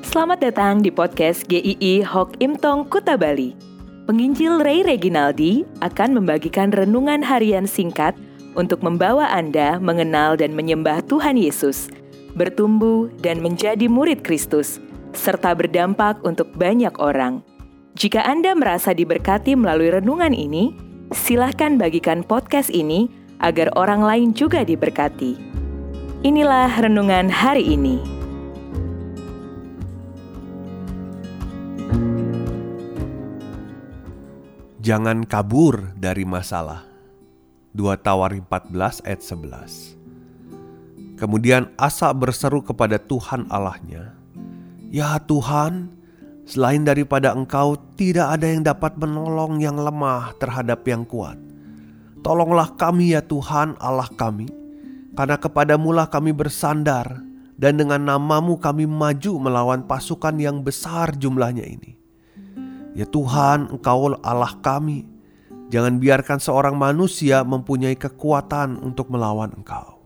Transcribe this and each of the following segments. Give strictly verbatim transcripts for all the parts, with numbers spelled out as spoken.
Selamat datang di podcast G I I Hok Imtong Kuta Bali. Penginjil Ray Reginaldi akan membagikan renungan harian singkat untuk membawa Anda mengenal dan menyembah Tuhan Yesus, bertumbuh dan menjadi murid Kristus, serta berdampak untuk banyak orang. Jika Anda merasa diberkati melalui renungan ini, silahkan bagikan podcast ini agar orang lain juga diberkati. Inilah renungan hari ini. Jangan kabur dari masalah. dua Tawarim empat belas ayat sebelas. Kemudian Asa berseru kepada Tuhan Allahnya, "Ya Tuhan, selain daripada Engkau tidak ada yang dapat menolong yang lemah terhadap yang kuat. Tolonglah kami ya Tuhan Allah kami, karena kepadamulah kami bersandar, dan dengan namamu kami maju melawan pasukan yang besar jumlahnya ini. Ya Tuhan, Engkau Allah kami. Jangan biarkan seorang manusia mempunyai kekuatan untuk melawan Engkau."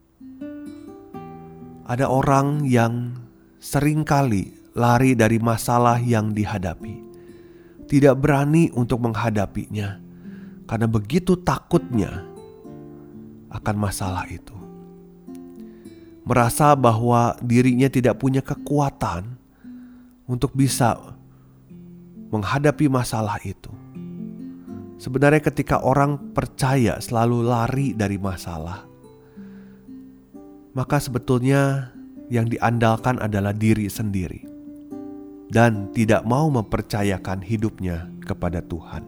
Ada orang yang seringkali lari dari masalah yang dihadapi, tidak berani untuk menghadapinya karena begitu takutnya akan masalah itu. Merasa bahwa dirinya tidak punya kekuatan untuk bisa menghadapi masalah itu. Sebenarnya ketika orang percaya selalu lari dari masalah, maka sebetulnya yang diandalkan adalah diri sendiri dan tidak mau mempercayakan hidupnya kepada Tuhan.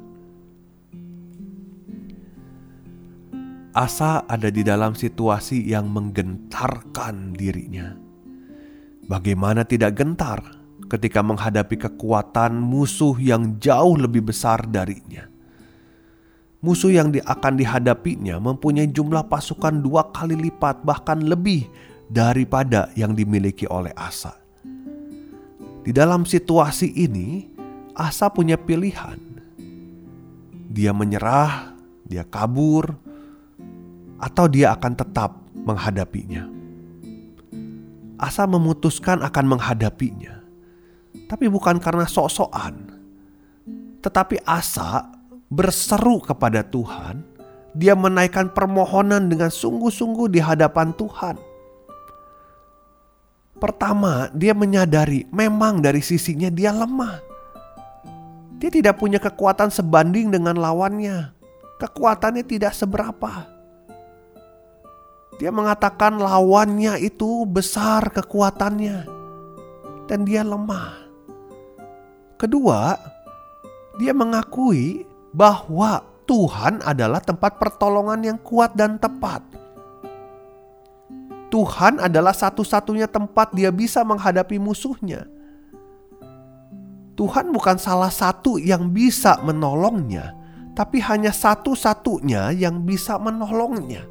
Asa ada di dalam situasi yang menggentarkan dirinya. Bagaimana tidak gentar ketika menghadapi kekuatan musuh yang jauh lebih besar darinya. Musuh yang di, akan dihadapinya mempunyai jumlah pasukan dua kali lipat, bahkan lebih daripada yang dimiliki oleh Asa. Di dalam situasi ini, Asa punya pilihan. Dia menyerah, dia kabur, atau dia akan tetap menghadapinya. Asa memutuskan akan menghadapinya, tapi bukan karena sok-sokan. Tetapi Asa berseru kepada Tuhan. Dia menaikkan permohonan dengan sungguh-sungguh di hadapan Tuhan. Pertama, dia menyadari memang dari sisinya dia lemah. Dia tidak punya kekuatan sebanding dengan lawannya. Kekuatannya tidak seberapa. Dia mengatakan lawannya itu besar kekuatannya dan dia lemah. Kedua, dia mengakui bahwa Tuhan adalah tempat pertolongan yang kuat dan tepat. Tuhan adalah satu-satunya tempat dia bisa menghadapi musuhnya. Tuhan bukan salah satu yang bisa menolongnya, tapi hanya satu-satunya yang bisa menolongnya.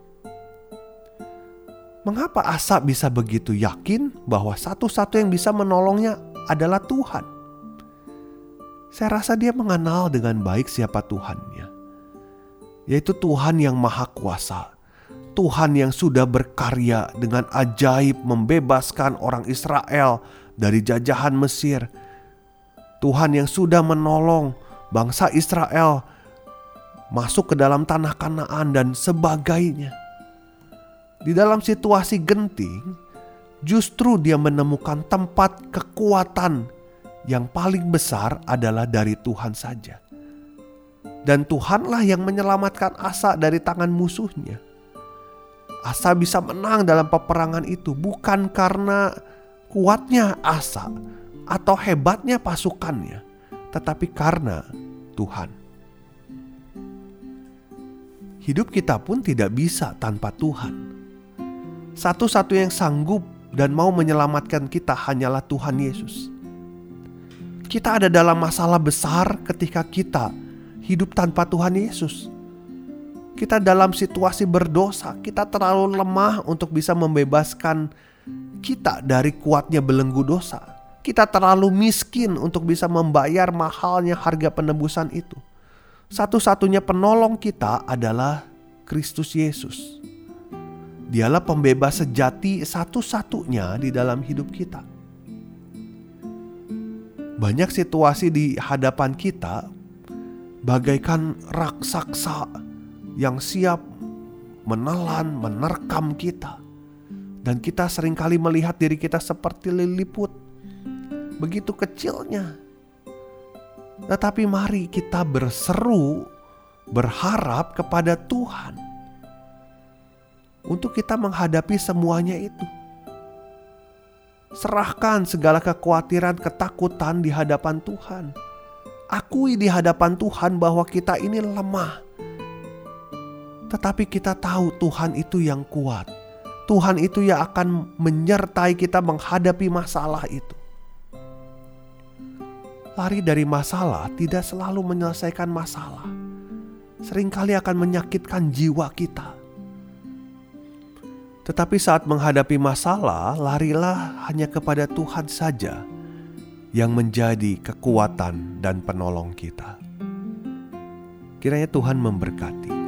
Mengapa Asa bisa begitu yakin bahwa satu-satu yang bisa menolongnya adalah Tuhan? Saya rasa dia mengenal dengan baik siapa Tuhannya, yaitu Tuhan yang Maha Kuasa, Tuhan yang sudah berkarya dengan ajaib membebaskan orang Israel dari jajahan Mesir, Tuhan yang sudah menolong bangsa Israel masuk ke dalam tanah Kanaan dan sebagainya. Di dalam situasi genting, justru dia menemukan tempat kekuatan yang paling besar adalah dari Tuhan saja. Dan Tuhanlah yang menyelamatkan Asa dari tangan musuhnya. Asa bisa menang dalam peperangan itu bukan karena kuatnya Asa atau hebatnya pasukannya, tetapi karena Tuhan. Hidup kita pun tidak bisa tanpa Tuhan. Satu-satu yang sanggup dan mau menyelamatkan kita hanyalah Tuhan Yesus. Kita ada dalam masalah besar ketika kita hidup tanpa Tuhan Yesus. Kita dalam situasi berdosa, kita terlalu lemah untuk bisa membebaskan kita dari kuatnya belenggu dosa. Kita terlalu miskin untuk bisa membayar mahalnya harga penebusan itu. Satu-satunya penolong kita adalah Kristus Yesus. Dialah pembebas sejati satu-satunya di dalam hidup kita. Banyak situasi di hadapan kita bagaikan raksasa yang siap menelan, menerkam kita. Dan kita seringkali melihat diri kita seperti liliput, begitu kecilnya. Tetapi mari kita berseru, berharap kepada Tuhan untuk kita menghadapi semuanya itu. Serahkan segala kekhawatiran, ketakutan di hadapan Tuhan. Akui di hadapan Tuhan bahwa kita ini lemah. Tetapi kita tahu Tuhan itu yang kuat. Tuhan itu yang akan menyertai kita menghadapi masalah itu. Lari dari masalah tidak selalu menyelesaikan masalah. Seringkali akan menyakitkan jiwa kita. Tetapi saat menghadapi masalah, larilah hanya kepada Tuhan saja yang menjadi kekuatan dan penolong kita. Kiranya Tuhan memberkati.